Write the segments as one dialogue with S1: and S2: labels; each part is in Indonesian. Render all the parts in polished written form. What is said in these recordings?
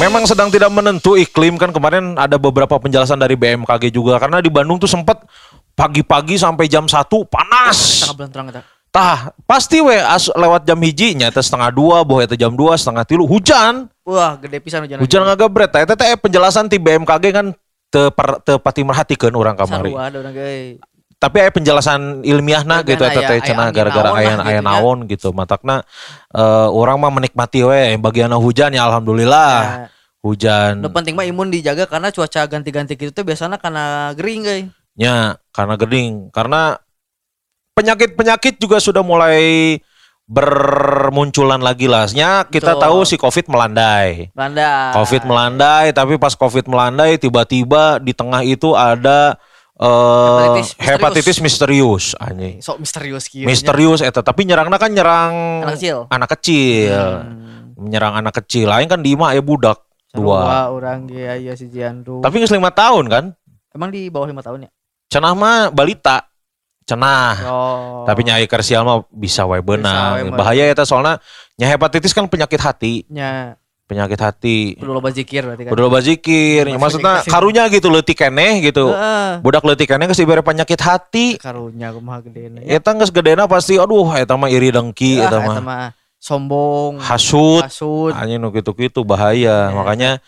S1: Memang sedang tidak menentu iklim kan, kemarin ada beberapa penjelasan dari BMKG juga, karena di Bandung tuh sempat pagi-pagi sampai jam 1 panas.
S2: Tengah bulan terang kita.
S1: Tah, pasti lewat jam hiji nyata setengah 2, boh eta jam 2, setengah 3 hujan.
S2: Wah, gede pisan hujan.
S1: Hujan ngagabret. Eta teh penjelasan ti BMKG kan teu pati merhatikeun urang kamari.
S2: Sarua ada urang ge.
S1: Tapi aya penjelasan ilmiahna gitu eta teh cenah gara-gara aya naon gitu. Matakna urang mah menikmati we bagianna hujan ya alhamdulillah. Hujan.
S2: Nu penting mah imun dijaga karena cuaca ganti-ganti gitu tuh biasanya karena gering guys.
S1: Ya, karena gering. Karena penyakit-penyakit juga sudah mulai bermunculan lagi lah. Kita tahu si COVID melandai. COVID melandai, tapi pas COVID melandai tiba-tiba di tengah itu ada hepatitis misterius anjing.
S2: Sok misterius kieu.
S1: Misterius eta, tapi nyerangna kan nyerang
S2: anak kecil.
S1: Menyerang anak kecil. Lain kan di imah aya budak.
S2: Dua orang ge aya si Jianru.
S1: Tapi geus 5 tahun kan?
S2: Emang di bawah 5 tahun ya?
S1: Cenah mah balita. Cenah. Tapi nyai kersial mah bisa wae beunang. Bahaya eta soalna nya hepatitis kan penyakit hati.
S2: Nya.
S1: Penyakit hati.
S2: Kudu loba zikir berarti kan.
S1: Kudu loba zikir. Maksudna karunya gitu leutik keneh gitu. Budak leutik keneh geus dibere penyakit hati.
S2: Karunya kumaha gedena.
S1: Eta geus gedena pasti aduh eta mah iri dengki eta mah.
S2: Eta mah sombong,
S1: hasut. Anjing nu kitu-kitu bahaya. Makanya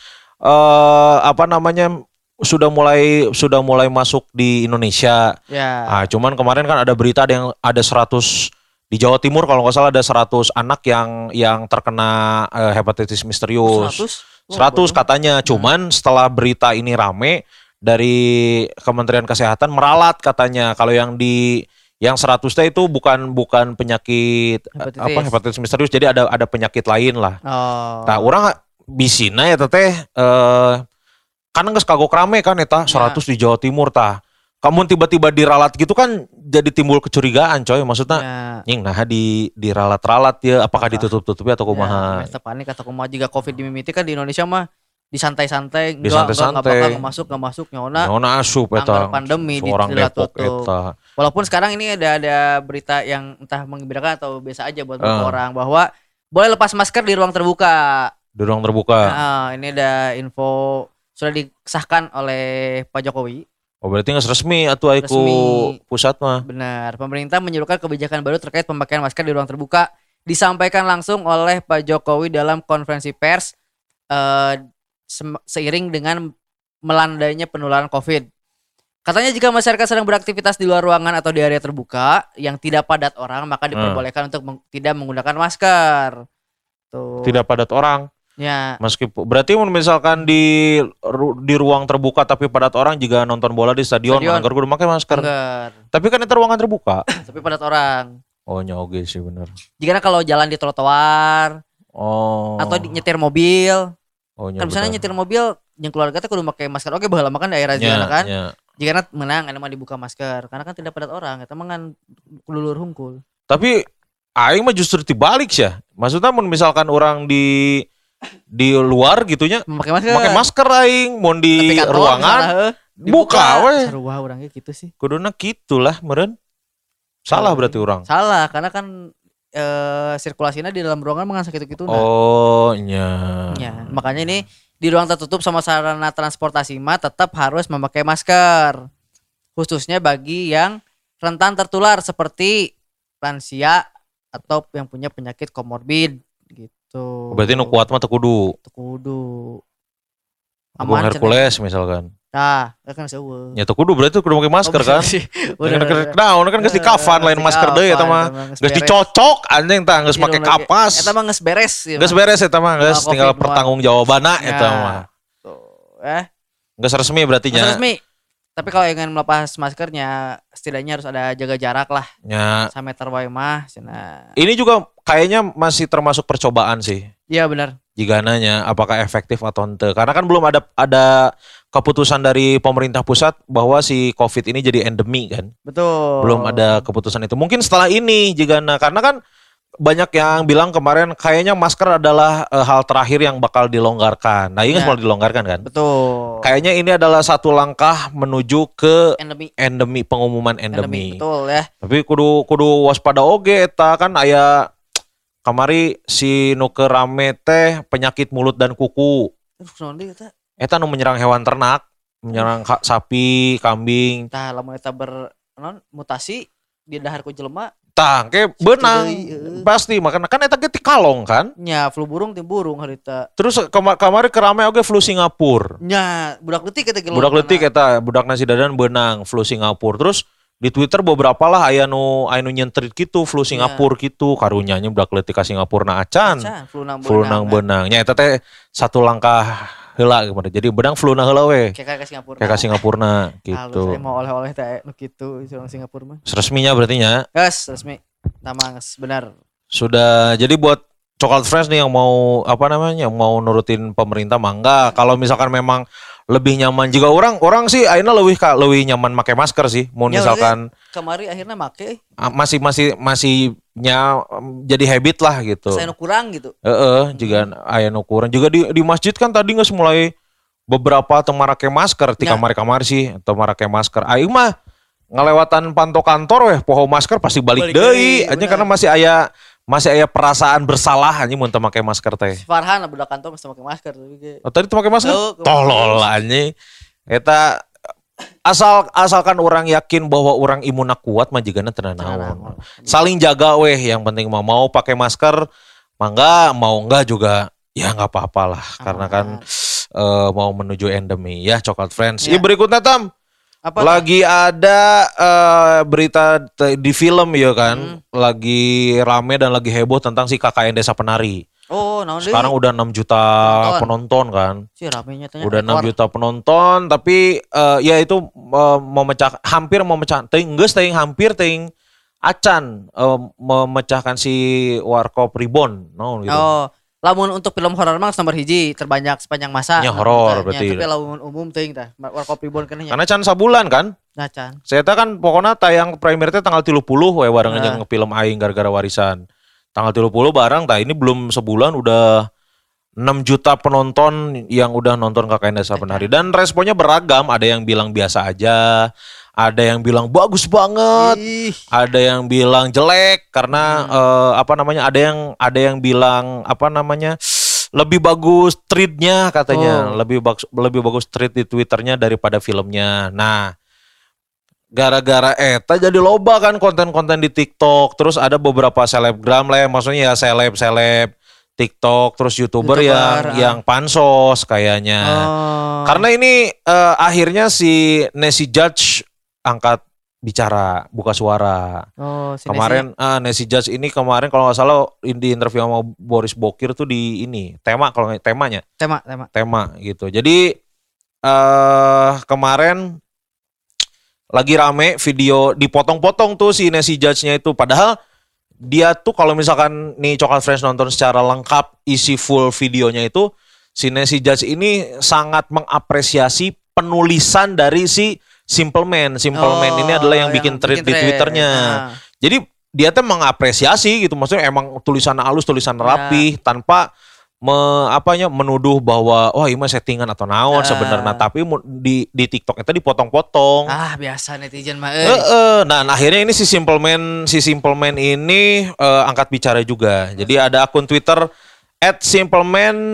S1: sudah mulai masuk di Indonesia. Nah, cuman kemarin kan ada berita ada 100 di Jawa Timur kalau nggak salah ada 100 anak yang terkena hepatitis misterius. 100 katanya. Cuman setelah berita ini rame dari Kementerian Kesehatan meralat katanya kalau yang 100 itu bukan penyakit hepatitis misterius, jadi ada penyakit lain lah. Nah, orang bisina ya teteh kan geus kagok rame kan eta 100 di Jawa Timur tah. Kamu tiba-tiba diralat gitu kan jadi timbul kecurigaan coy. Maksudnya nying nah diralat-ralat ya apakah ditutup-tutupi atau kumaha.
S2: Ya, panik atau kumaha juga Covid dimimiti kan di Indonesia mah disantai-santai
S1: enggak
S2: bakal masuk nyona
S1: asup eta
S2: pandemi
S1: seorang Depok eta.
S2: Walaupun sekarang ini ada berita yang entah menggembirakan atau biasa aja buat beberapa orang bahwa boleh lepas masker di ruang terbuka.
S1: Di ruang terbuka.
S2: Ini ada info sudah disahkan oleh Pak Jokowi.
S1: Oh berarti nggak resmi atau aku pusat mah.
S2: Benar. Pemerintah menyerukan kebijakan baru terkait pemakaian masker di ruang terbuka disampaikan langsung oleh Pak Jokowi dalam konferensi pers seiring dengan melandainya penularan COVID. Katanya jika masyarakat sedang beraktivitas di luar ruangan atau di area terbuka yang tidak padat orang maka diperbolehkan untuk tidak menggunakan masker. Tuh.
S1: Tidak padat orang.
S2: Ya.
S1: Meskipun berarti misalkan di ruang terbuka tapi padat orang jika nonton bola di stadion anggar kudu make masker. Tapi kan itu ruangan terbuka.
S2: Tapi padat orang.
S1: Oh nya oge sih bener.
S2: Jika kalau jalan di trotoar. Atau nyetir mobil. Kan misalnya nyetir mobil yang keluarga teh kudu make masker. Oke baheula mah kan daerah jalan kan. Jika menang mah dibuka masker karena kan tidak padat orang eta mah kan kululur hungkul.
S1: Tapi aing mah justru dibalik sih. Maksudnya misalkan orang di luar gitunya pakai masker aing mun di ruangan buka we
S2: sarua urang ge kitu sih
S1: kuduna kitulah meureun salah berarti urang
S2: salah karena kan sirkulasinya di dalam ruangan mah sakitu-kitu
S1: nya
S2: makanya ini di ruang tertutup sama sarana transportasi mah tetap harus memakai masker khususnya bagi yang rentan tertular seperti lansia atau yang punya penyakit komorbid gitu.
S1: Berarti nu kuat mah teu kudu. Aman Hercules misalkan.
S2: Nah, kan seueuh.
S1: Nya teu kudu berarti kudu make masker kan. Naon kan geus di kafan lain masker deui eta mah. Geus dicocok anjing tah geus make kapas.
S2: Eta mah geus beres.
S1: Geus beres eta mah geus tinggal pertanggungjawabanna eta mah. Geus resmi berarti nya.
S2: Resmi. Tapi kalau ingin melepas maskernya setidaknya harus ada jaga jarak lah.
S1: Ya.
S2: 1 meter wae mah.
S1: Ini juga kayaknya masih termasuk percobaan sih.
S2: Iya benar.
S1: Jigananya apakah efektif atau ente. Karena kan belum ada keputusan dari pemerintah pusat bahwa si COVID ini jadi endemi kan.
S2: Betul.
S1: Belum ada keputusan itu. Mungkin setelah ini jigana karena kan banyak yang bilang kemarin kayaknya masker adalah hal terakhir yang bakal dilonggarkan. Nah, ini semua dilonggarkan kan?
S2: Betul.
S1: Kayaknya ini adalah satu langkah menuju ke
S2: endemi,
S1: pengumuman endemi.
S2: Betul ya.
S1: Tapi kudu waspada oge eta kan aya kamari si nu rame teh penyakit mulut dan kuku.
S2: Naon deui eta?
S1: Eta nu menyerang hewan ternak, menyerang sapi, kambing.
S2: Tah lamun eta mutasi di dahar ku jelema.
S1: Tah ke beunang. Pasti makana kan eta ge ti kalong kan?
S2: Nya flu burung ti burung harita.
S1: Terus kamari kerame oge flu Singapura.
S2: Nya budak leutik eta ge.
S1: Budak leutik eta budak nasi dadan beunang flu Singapura. Terus di Twitter beberapa lah aya nu nyentrit gitu flu Singapura gitu karunya nya budak leutik ka Singapura na acan. Flu nang beunang. Nya eta teh satu langkah heula kemarin. Jadi benang flu na heula we.
S2: Kayak Singapura.
S1: Kayak Singapura gitu.
S2: Halus mau oleh-oleh teh nu kitu orang Singapura mah.
S1: Resminya berarti nya.
S2: Yes, resmi. Tamanges benar.
S1: Sudah. Jadi buat Coklat Friends nih yang mau mau nurutin pemerintah mangga. Kalau misalkan memang lebih nyaman juga orang sih akhirnya lebih nyaman pakai masker sih. Mau ya, misalkan
S2: kemarin akhirnya make
S1: masih jadi habit lah gitu.
S2: Saya kurang gitu.
S1: Juga aya nu kurang. Juga di masjid kan tadi geus mulai beberapa teu marake masker ti kamar-kamar sih teu marake masker. Aing mah ngelewatan panto kantor weh poho masker pasti balik deui aja karena masih aya perasaan bersalah anjing mun teu make masker teh.
S2: Farhan budak kantor mesti make masker tapi.
S1: Oh, tadi teu make masker? Tolol anjing. Eta asalkan orang yakin bahwa orang imunna kuat mah jigana teu naon. Saling jaga weh yang penting mau pakai masker mangga mau enggak juga ya enggak apa-apalah karena kan mau menuju endemi ya Coklat Friends. Ya. Berikutnya Tam. Apa lagi ada berita di film ya kan, lagi rame dan lagi heboh tentang si KKN Desa Penari.
S2: Oh,
S1: sekarang udah 6 juta penonton kan.
S2: Si ramenya
S1: udah 6 juta penonton, tapi ya itu hampir memecah, hampir acan memecahkan si Warkop Ribon, gitu.
S2: Oh. Lamun untuk film horor mah nomor hiji terbanyak sepanjang masa.
S1: Ya horor berarti.
S2: Tapi lamun umum teuing tah Warkop Ribon kan nya.
S1: Karena can sabulan kan?
S2: Nah can.
S1: Saya kan pokoknya tayang premier teh tanggal 30 we bareng jeung film aing gara-gara warisan. Tanggal 30 bareng tah ini belum sebulan udah 6 juta penonton yang udah nonton KKN Desa Penari dan responnya beragam, ada yang bilang biasa aja. Ada yang bilang bagus banget, ada yang bilang jelek karena ada yang bilang lebih bagus tweetnya katanya, lebih bagus tweet di Twitternya daripada filmnya. Nah, gara-gara eta jadi loba kan konten-konten di TikTok, terus ada beberapa selebgram lah, maksudnya ya seleb TikTok, terus YouTuber yang pansos kayaknya. Karena ini akhirnya si Nancy Judge angkat bicara, buka suara. Kemarin Nancy Judge ini kemarin kalau nggak salah di interview sama Boris Bokir tuh di ini tema gitu. Jadi kemarin lagi rame video dipotong-potong tuh si Nancy Judge-nya itu, padahal dia tuh kalau misalkan nih Coklat Friends nonton secara lengkap isi full videonya itu, si Nancy Judge ini sangat mengapresiasi penulisan dari si Simple Man ini adalah yang bikin thread di Twitternya. Jadi dia tuh mengapresiasi gitu, maksudnya emang tulisan halus, tulisan rapi, tanpa menuduh bahwa ini mah settingan atau naon sebenarnya, tapi di TikTok itu dipotong-potong.
S2: Biasa netizen mah.
S1: Nah, akhirnya ini si Simple Man ini angkat bicara juga. Jadi ada akun Twitter @simpleman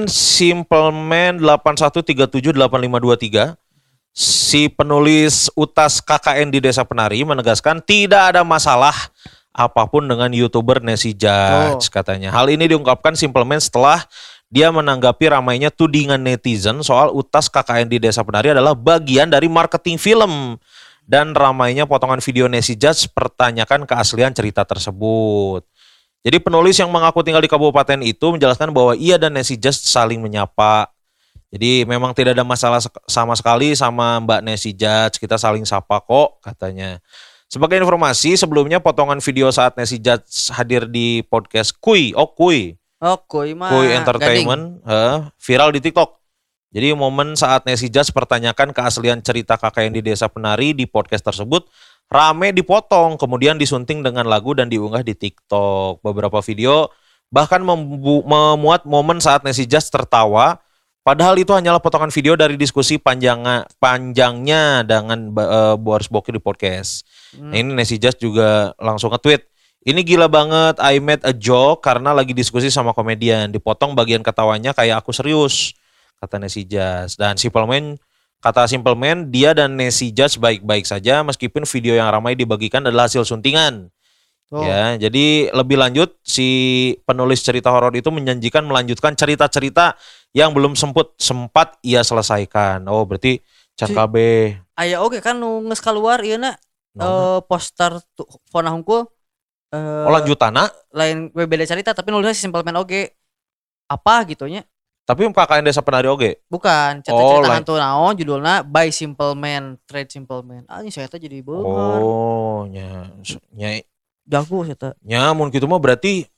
S1: 81378523. Si penulis utas KKN di Desa Penari menegaskan tidak ada masalah apapun dengan YouTuber Nancy Judge katanya. Hal ini diungkapkan Simple Man setelah dia menanggapi ramainya tudingan netizen soal utas KKN di Desa Penari adalah bagian dari marketing film. Dan ramainya potongan video Nancy Judge pertanyakan keaslian cerita tersebut. Jadi penulis yang mengaku tinggal di kabupaten itu menjelaskan bahwa ia dan Nancy Judge saling menyapa. Jadi memang tidak ada masalah sama sekali sama Mbak Nancy Judge, kita saling sapa kok katanya. Sebagai informasi, sebelumnya potongan video saat Nancy Judge hadir di podcast Kuy Entertainment viral di TikTok. Jadi momen saat Nancy Judge pertanyakan keaslian cerita KKN di Desa Penari di podcast tersebut rame dipotong, kemudian disunting dengan lagu dan diunggah di TikTok. Beberapa video bahkan memuat momen saat Nancy Judge tertawa. Padahal itu hanyalah potongan video dari diskusi panjangnya dengan Boris Bokir di podcast. Nah, ini Nancy Judge juga langsung nge-tweet, "Ini gila banget, I made a joke karena lagi diskusi sama komedian. Dipotong bagian ketawanya kayak aku serius. kata Nancy Judge. Dan kata Simple Man, dia dan Nancy Judge baik-baik saja meskipun video yang ramai dibagikan adalah hasil suntingan. Ya, jadi lebih lanjut si penulis cerita horor itu melanjutkan cerita-cerita yang belum sempat ia selesaikan. Oh, berarti can KB.
S2: Aya oge kan nu geus kaluar ieu na poster Fona Hungkul
S1: lanjutanna
S2: lain beda cerita tapi nulisnya si Simple Man oge. Apa gitunya?
S1: Tapi KKN Desa Penari oge.
S2: Bukan, cerita hantu naon judulna By Simple Man, Trade Simple Man. Ini saya jadi beunghar.
S1: Oh, nya
S2: jago eta.
S1: Nya mun kitu mah berarti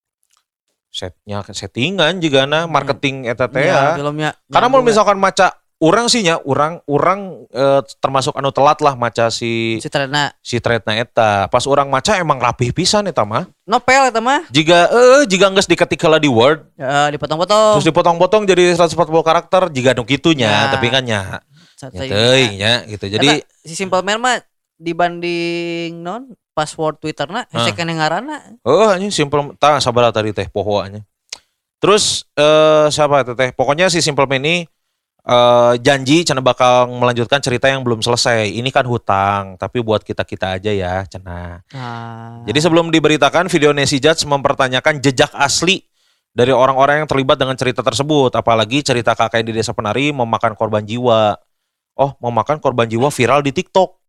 S1: settingan jigana marketing eta teh ya. Karena mun misalkan maca urang sih nya urang termasuk anu telat lah maca si Tretna eta. Pas urang maca emang rapih pisan eta mah.
S2: Novel eta mah.
S1: Jika geus diketik heula di Word.
S2: Dipotong-potong.
S1: Terus dipotong-potong jadi 140 karakter jiga nu kitu nya, tapi kan nya. Teuing nya gitu. Jadi
S2: si Simple Man mah dibanding password Twitterna hashtag yang ngaranna.
S1: Anjing Simple sabar tadi teh pohoanya. Terus siapa teh? Pokoknya si Simple Man ini janji cenah bakal melanjutkan cerita yang belum selesai. Ini kan hutang, tapi buat kita-kita aja ya, cenah. Jadi sebelum diberitakan, video Nancy Judge mempertanyakan jejak asli dari orang-orang yang terlibat dengan cerita tersebut, apalagi cerita KKN di Desa Penari memakan korban jiwa. Memakan korban jiwa viral di TikTok.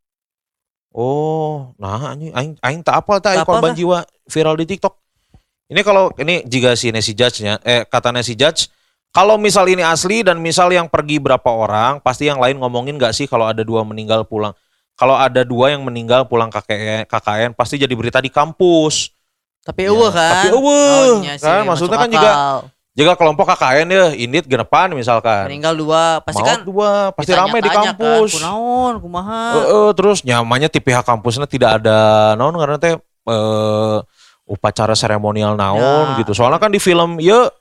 S1: Nah aing tak apal tah korban jiwa viral di TikTok. Ini jika si Nancy Judge-nya kata Nancy Judge, kalau misal ini asli dan misal yang pergi berapa orang, pasti yang lain ngomongin gak sih kalau ada dua meninggal pulang. Kalau ada dua yang meninggal pulang KKN pasti jadi berita di kampus.
S2: Tapi kan.
S1: Kan maksudnya kan jika kelompok KKN ya indit genepan misalkan.
S2: Meninggal dua
S1: pasti ramai di kampus.
S2: Kan, kunaon kumaha.
S1: Terus nyamannya di pihak kampusnya tidak ada naon karena teh upacara seremonial naon gitu. Soalnya kan di film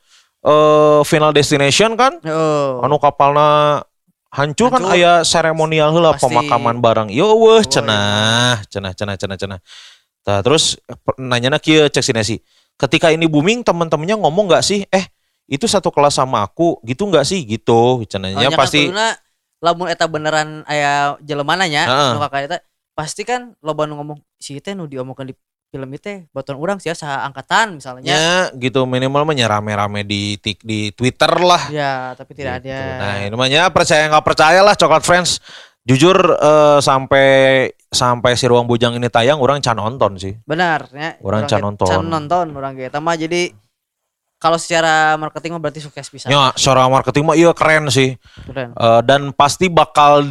S1: Final Destination kan anu kapalna hancur kan aya seremonial heula pemakaman bareng. Cenah. Nah, terus nanyana kieu cek si Nesi. Ketika ini booming teman-temannya ngomong enggak sih? Itu satu kelas sama aku gitu enggak sih gitu cenanya pasti
S2: lamun eta beneran aya jelemana nya nu kakak eta pasti kan loba nu ngomong si teh nu diomongkeun di film itu baturan urang sih ya angkatan misalnya
S1: ya gitu minimal mah rame-rame di Twitter lah
S2: ya tapi tidak gitu. Ada
S1: nah ini namanya percaya nggak percaya lah Coklat Friends jujur sampai si Ruang Bujang ini tayang orang can nonton sih
S2: benar ya
S1: orang can nonton
S2: orang kita mah jadi kalau secara marketing mah berarti sukses bisa.
S1: Ya, secara marketing mah iya keren sih. Keren. Dan pasti bakal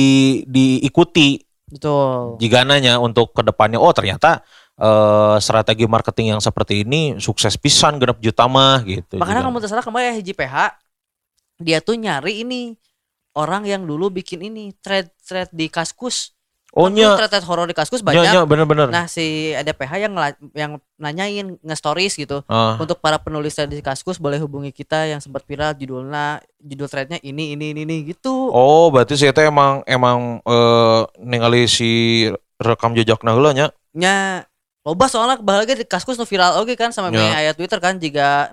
S1: diikuti.
S2: Betul.
S1: Jigananya untuk kedepannya. Ternyata strategi marketing yang seperti ini sukses pisan genep juta mah gitu.
S2: Makanya kamu terserah kemarin hiji PH dia tuh nyari ini orang yang dulu bikin ini thread di Kaskus.
S1: Nya
S2: thread horor di Kaskus banyak.
S1: Ya, bener.
S2: Nah si ada PH yang nanyain nge-stories gitu. Untuk para penulis thread di Kaskus boleh hubungi kita yang sempat viral judul threadnya ini gitu.
S1: Oh berarti sih itu emang ningali si rekam jejakna heula nya.
S2: Nya loba soalnya bahagia di Kaskus nu viral oke kan sama ayat Twitter kan jika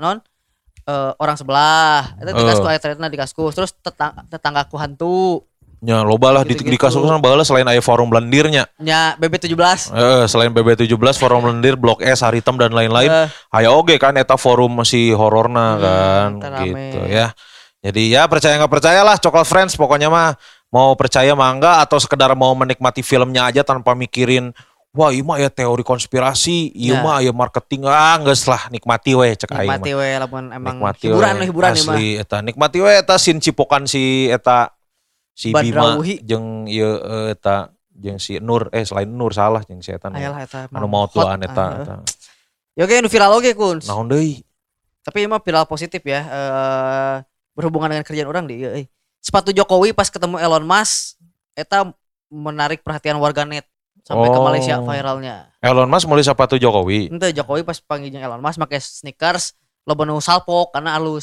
S2: orang sebelah itu di Kaskus ayat threadna di Kaskus terus tetanggaku hantu.
S1: Ya loba lah gitu, di kasus kan baheula selain aya forum blendirnya.
S2: Ya BB17.
S1: Selain BB17 forum blendir Blok S Haritem dan lain-lain. Aya oge kan eta forum masih hororna kan gitu ya. Jadi ya percaya enggak percayalah Coklat Friends pokoknya mah mau percaya mah enggak atau sekedar mau menikmati filmnya aja tanpa mikirin wah ieu mah ya teori konspirasi, ieu mah aya marketing geus lah nikmati we cek aing mah.
S2: Nikmati we lamun emang hiburan ieu mah.
S1: Asli eta nikmati we eta sin cipokan si eta si Bima jeung ieu eta jeung si Nur selain Nur salah jeung si eta anu mau tuan eta.
S2: Ya oke nu viral oge kun.
S1: Naon deui?
S2: Tapi mah viral positif ya berhubungan dengan kerjaan orang deh. Sepatu Jokowi pas ketemu Elon Musk eta menarik perhatian warganet sampai ke Malaysia viralnya.
S1: Elon Musk meuli sepatu Jokowi.
S2: Ente Jokowi pas panggil Elon Musk pakai sneakers loba nu salpok karena halus.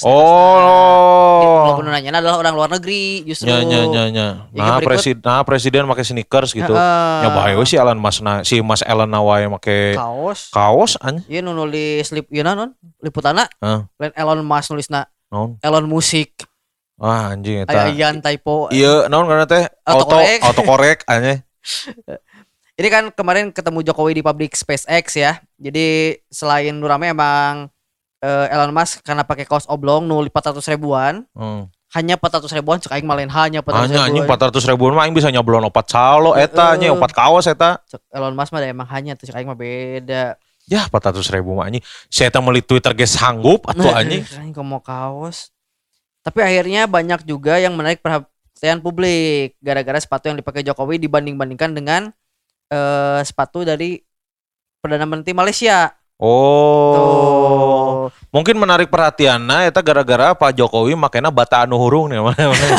S2: Loba nu nanya adalah orang luar negeri justru.
S1: Nya. Nah, presiden pakai sneakers gitu. Nya bae we si Elon Musk si Mas Elon wae make kaos anjing.
S2: Ieu nu nulis ieu naon? Liputana. Lain Elon Musk nulisna. Elon Musik.
S1: Wah anjing eta.
S2: Ayan typo.
S1: Iya, naon karena teh autocorrect anjing.
S2: Ini kan kemarin ketemu Jokowi di pabrik SpaceX ya. Jadi selain rame emang Elon Musk karena pakai kaos oblong 400 ribuan. Hanya 400 ribuan cek aing malen hanya 400 ribuan.
S1: Hanya 400 ribuan mah aing bisa nyoblon 4 calo eta nya 4 kaos eta.
S2: Cek Elon Musk mah emang hanya tuh cek aing mah beda.
S1: Ya 400 ribu mah anjing. Saya eta meuli Twitter ge sanggup atuh anjing.
S2: Aing mau kaos. Tapi akhirnya banyak juga yang menarik perhatian publik gara-gara sepatu yang dipakai Jokowi dibanding-bandingkan dengan sepatu dari Perdana Menteri Malaysia.
S1: Oh. Tuh. Mungkin menarik perhatianna eta gara-gara Pak Jokowi makena bata anu hurung nih.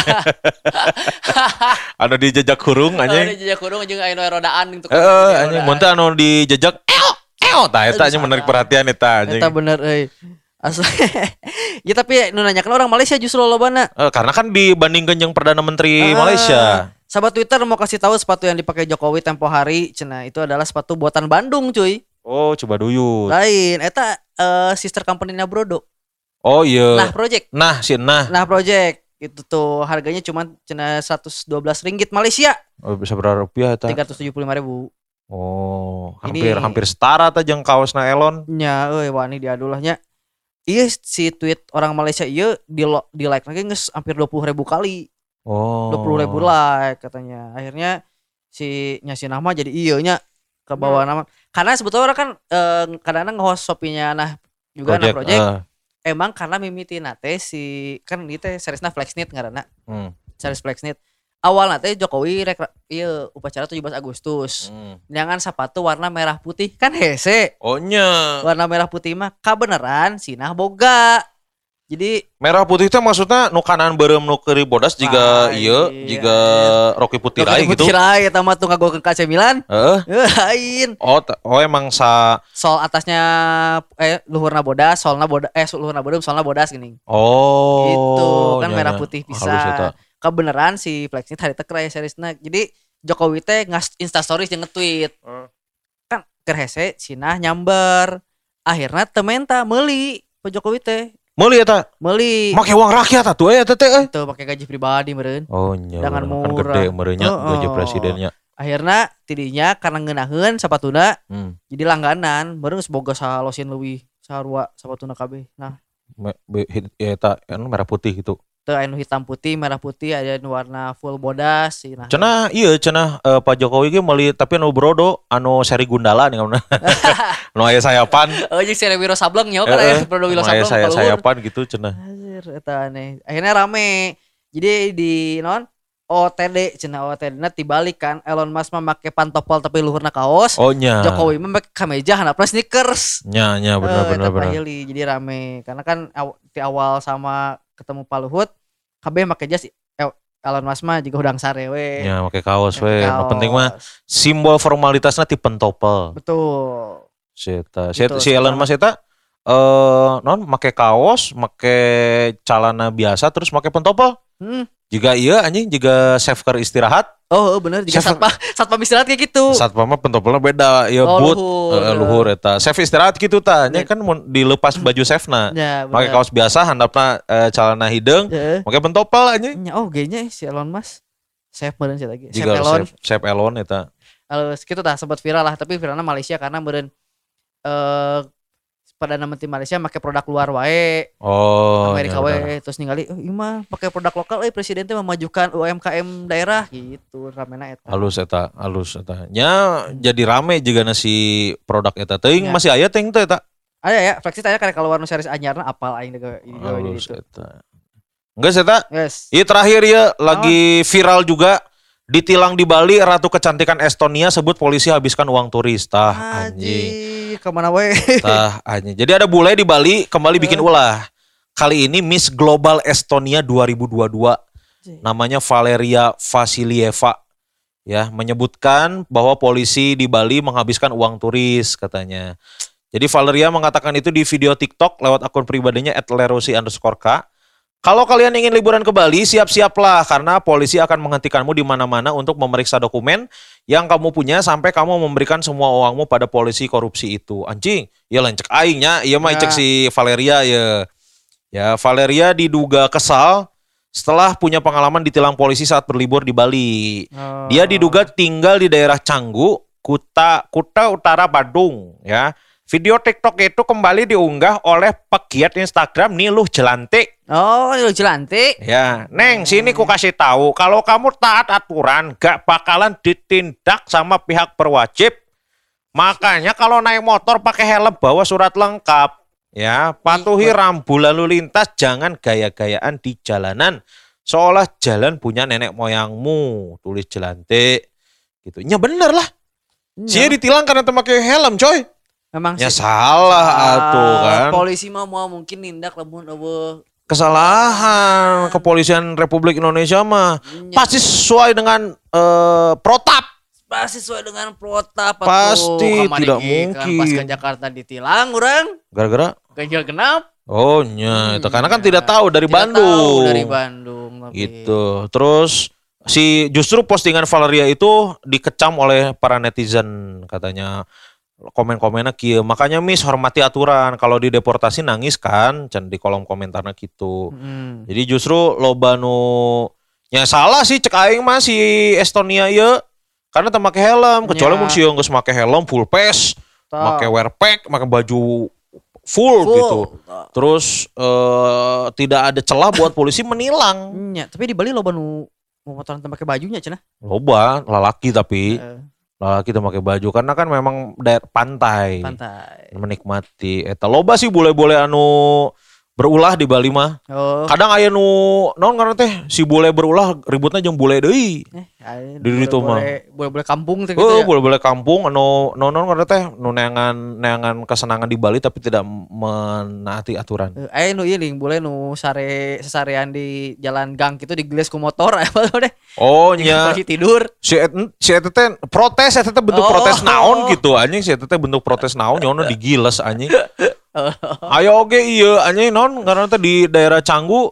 S1: Anu dijejak hurung anjing.
S2: Dijejak hurung jeung anu rodaan gitu.
S1: Anjing mun teh anu dijejak tah eta anjing menarik perhatian eta anjing.
S2: Eta bener euy. Asli. Ya tapi nu nanyakeun orang Malaysia justru lobana.
S1: Karena kan dibandingkeun jeung Perdana Menteri Malaysia.
S2: Sahabat Twitter mau kasih tahu sepatu yang dipakai Jokowi tempo hari, cenah itu adalah sepatu buatan Bandung, cuy.
S1: Oh, coba duyut.
S2: Lain, eta sister company-nya Brodo.
S1: Oh iya.
S2: Nah, Project.
S1: Nah
S2: Project. Itu tuh harganya cuma cenah 112 ringgit Malaysia.
S1: Oh, bisa berapa rupiah eta?
S2: 375.000.
S1: Oh, hampir setara ta jeung kaosna Elon.
S2: Nya, euy wani diadulahnya. Iya si tweet orang Malaysia iya di like lagi geus hampir 20.000 kali.
S1: Oh.
S2: 20.000 like katanya. Akhirnya si Nyasinah mah jadi iya nya ke bawah nama. Karena sebetulnya orang kan kadang-kadang nge-host Shopee-nya juga Project. Emang karena mimitina teh si kan ieu teh seriesna Flexnit ngaranna. Series Flexnit. Awalnya teh Jokowi upacara 17 Agustus. Jangan sepatu warna merah putih kan hese.
S1: Oh nya.
S2: Warna merah putih mah kabeneran sinah boga. Jadi
S1: merah putih teh maksudnya nu kanan beureum nu keuri bodas jiga jiga Rocky Putirai gitu.
S2: Rocky Putirai eta mah teu ngagokeun ka AC Milan. Lain.
S1: Oh emang
S2: sol atasnya luhurna bodas, luhurna beureum solna bodas geuning.
S1: Oh.
S2: Gitu kan merah putih bisa. Kebeneran si Flexnit hari teh raya seriesna. Jadi Jokowi teh Insta stories jeung nge-tweet. Kan keur hese cenah nyamber. Akhirna teu menta meuli Pak Jokowi teh.
S1: Meuli eta?
S2: Meuli.
S1: Make uang rakyat atuh eta teh.
S2: Itu pakai gaji pribadi meureun.
S1: Oh nya.
S2: Dengan murah.
S1: Kan gede meureunnya gaji presidennya.
S2: Akhirna tidinya karena ngeunaheun sapatuna jadi langganan. Meureun geus boga salosin leuwih sarua sapatuna kabeh. Nah,
S1: eta anu merah putih gitu.
S2: Teu anu hitam putih, merah putih, ada warna full bodas nah.
S1: Cenah Pak Jokowi ge meuli tapi anu Brodo anu seri Gundala nih ngaranna. Nu aya sayapan.
S2: Oh jeung seri Wiro Sableng nya kan aya Brodo Wiro Sableng.
S1: Aya sayapan gitu cenah.
S2: Anjir eta aneh. Akhirnya rame. Jadi di OTD cenah OTD-na tibalik kan Elon Musk mah make pantopel tapi luhurna kaos.
S1: Oh nya.
S2: Jokowi mah make kameja handapna sneakers.
S1: Nya bener.
S2: Jadi rame karena kan di awal sama ketemu Pak Luhut kabeh make jas Elon Musk mah juga udang sare we.
S1: Ya make kaos we. Nu penting mah simbol formalitasna ti pentopel.
S2: Betul.
S1: Si Elon Musk eta make kaos, make celana biasa terus make pentopel. Juga iya anjing juga safeker istirahat.
S2: Oh bener juga satpam istirahat kayak gitu.
S1: Satpam mah pentopelna beda ya boot luhur eta. Safe istirahat gitu tah. Nya kan dilepas baju safena. Make kaos biasa handapna celana hideung, make pentopel anjing.
S2: Nya ge-nya si Elon Musk. Safe meureun sia lagi.
S1: Safe Elon eta.
S2: Alus kitu tah sempat viral lah tapi viralna Malaysia karena meureun Perdana Menteri Malaysia pakai produk luar wae.
S1: Oh.
S2: Amerika wae terus ningali ieu mah pakai produk lokal presiden teh memajukan UMKM daerah gitu ramena eta.
S1: Halus eta. Nya jadi rame juga si produk eta teuing masih aya teh eta.
S2: Aya ya, Flexit aya karek keluar nu series anyarna apal aing deui
S1: gitu. Eta. Geus eta?
S2: Yes.
S1: Ieu terakhir ya lagi viral juga. Ditilang di Bali, Ratu Kecantikan Estonia sebut polisi habiskan uang turis. Tah anjing.
S2: Kemana we?
S1: Tah anjing. Jadi ada bule di Bali kembali bikin ulah. Kali ini Miss Global Estonia 2022. Namanya Valeria Vasilieva. Ya, menyebutkan bahwa polisi di Bali menghabiskan uang turis katanya. Jadi Valeria mengatakan itu di video TikTok lewat akun pribadinya @lerosi_k. Kalau kalian ingin liburan ke Bali, siap-siaplah karena polisi akan menghentikanmu di mana-mana untuk memeriksa dokumen yang kamu punya sampai kamu memberikan semua uangmu pada polisi korupsi itu. Anjing, ya lancek aingnya, iya mah cek si Valeria ya. Ya, Valeria diduga kesal setelah punya pengalaman ditilang polisi saat berlibur di Bali. Dia diduga tinggal di daerah Canggu, Kuta Utara, Badung. Ya, video TikTok itu kembali diunggah oleh pegiat Instagram Niluh Jelantik.
S2: Oh, Niluh Jelantik.
S1: Ya, Neng, sini ku kasih tahu kalau kamu taat aturan, gak bakalan ditindak sama pihak berwajib. Makanya kalau naik motor pakai helm, bawa surat lengkap. Ya, patuhi rambu lalu lintas, jangan gaya-gayaan di jalanan. Seolah jalan punya nenek moyangmu, tulis Jelantik. Gitu. Ya bener lah. Dia ditilang karena memakai helm, coy.
S2: Memang
S1: ya salah atuh kan.
S2: Polisi mah mau mungkin nindak lamun
S1: kesalahan kepolisian Republik Indonesia mah pasti sesuai dengan protap.
S2: Pasti sesuai dengan protap.
S1: Pasti tidak mungkin.
S2: Pas ke Jakarta ditilang orang.
S1: Gara-gara?
S2: Ganjil genap.
S1: Oh iya, itu karena kan tidak tahu dari Bandung.
S2: Tahu dari Bandung.
S1: Gitu. Terus justru postingan Valeria itu dikecam oleh para netizen katanya. Komen-komennya kieu. Makanya Miss hormati aturan. Kalau dideportasi nangis kan, can di kolom komentarnya gitu. Jadi justru loba nu nya salah sih cek aing mah si Estonia ya. Karena teu make helm, kecuali mun sieun geus make helm full face, make wear pack, make baju full gitu. Terus tidak ada celah buat polisi menilang.
S2: Tapi di Bali loba nu motoran teu make bajunya cenah.
S1: Loba, lalaki tapi lalaki teu make baju karena kan memang pantai. Menikmati eta loba sih bule-bule anu berulah di Bali mah. Kadang aya nu naon ngaranna teh si bule berulah ributna jeung bule deui. Di ditu mah.
S2: Bule-bule kampung teh gitu ya.
S1: Bule-bule kampung anu naon ngaranna teh nu neangan kesenangan di Bali tapi tidak menaati aturan.
S2: Aya nu ieu bule nu sasarean di jalan gang gitu digeles ku motor apa deh.
S1: Oh nya.
S2: Tidur.
S1: Si eta teh protes, eta teh bentuk protes naon gitu anjing, si eta teh bentuk protes naon nyono digiles anjing. Ayo oge ieu anjing naon ngaranna teh di daerah Canggu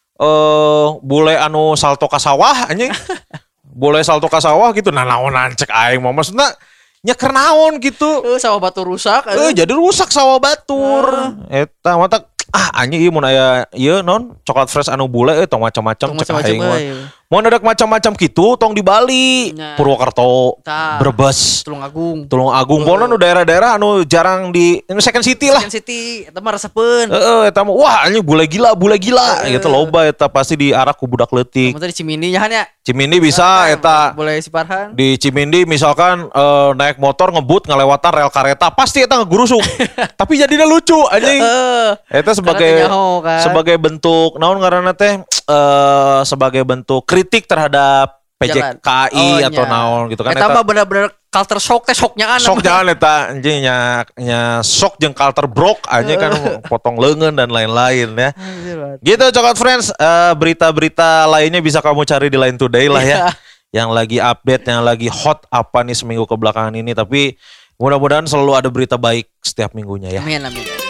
S1: bule anu salto ka sawah anjing. Bule salto ka sawah gitu. Nah naonan cek aing mah maksudna nya keur naon gitu.
S2: Sawah batur rusak.
S1: Jadi rusak sawah batur. Eta mata anjing ieu mun aya ieu naon coklat fresh anu bule tong macam-macam cek aing mah. Mun ada macam-macam gitu tong di Bali, Purwokerto, Brebes, Tulung Agung, pokona nu daerah-daerah anu jarang di Second City lah.
S2: Second City eta mah resepeun.
S1: Eta mah wah anjing bule gila gitu loba eta pasti diarak ku budak leutik.
S2: Mun di Cimindi nya ya.
S1: Cimindi bisa eta.
S2: Boleh si Farhan.
S1: Di Cimindi misalkan naik motor ngebut ngelewatan rel kereta pasti eta ngegurusuk. Tapi jadinya lucu anjing. Eta sebagai bentuk naon ngaranna teh sebagai bentuk kritik terhadap PJKI atau naon gitu kan.
S2: Eta mah bener-bener culture shock teh shocknya kan.
S1: Shock jangan eta anjing nya shock jeung culture brok anjing kan potong leungeun dan lain-lain ya. Gitu Coklat Friends, berita-berita lainnya bisa kamu cari di Line Today lah ya. Yang lagi update, yang lagi hot apa nih seminggu kebelakangan ini, tapi mudah-mudahan selalu ada berita baik setiap minggunya ya.
S2: Amin.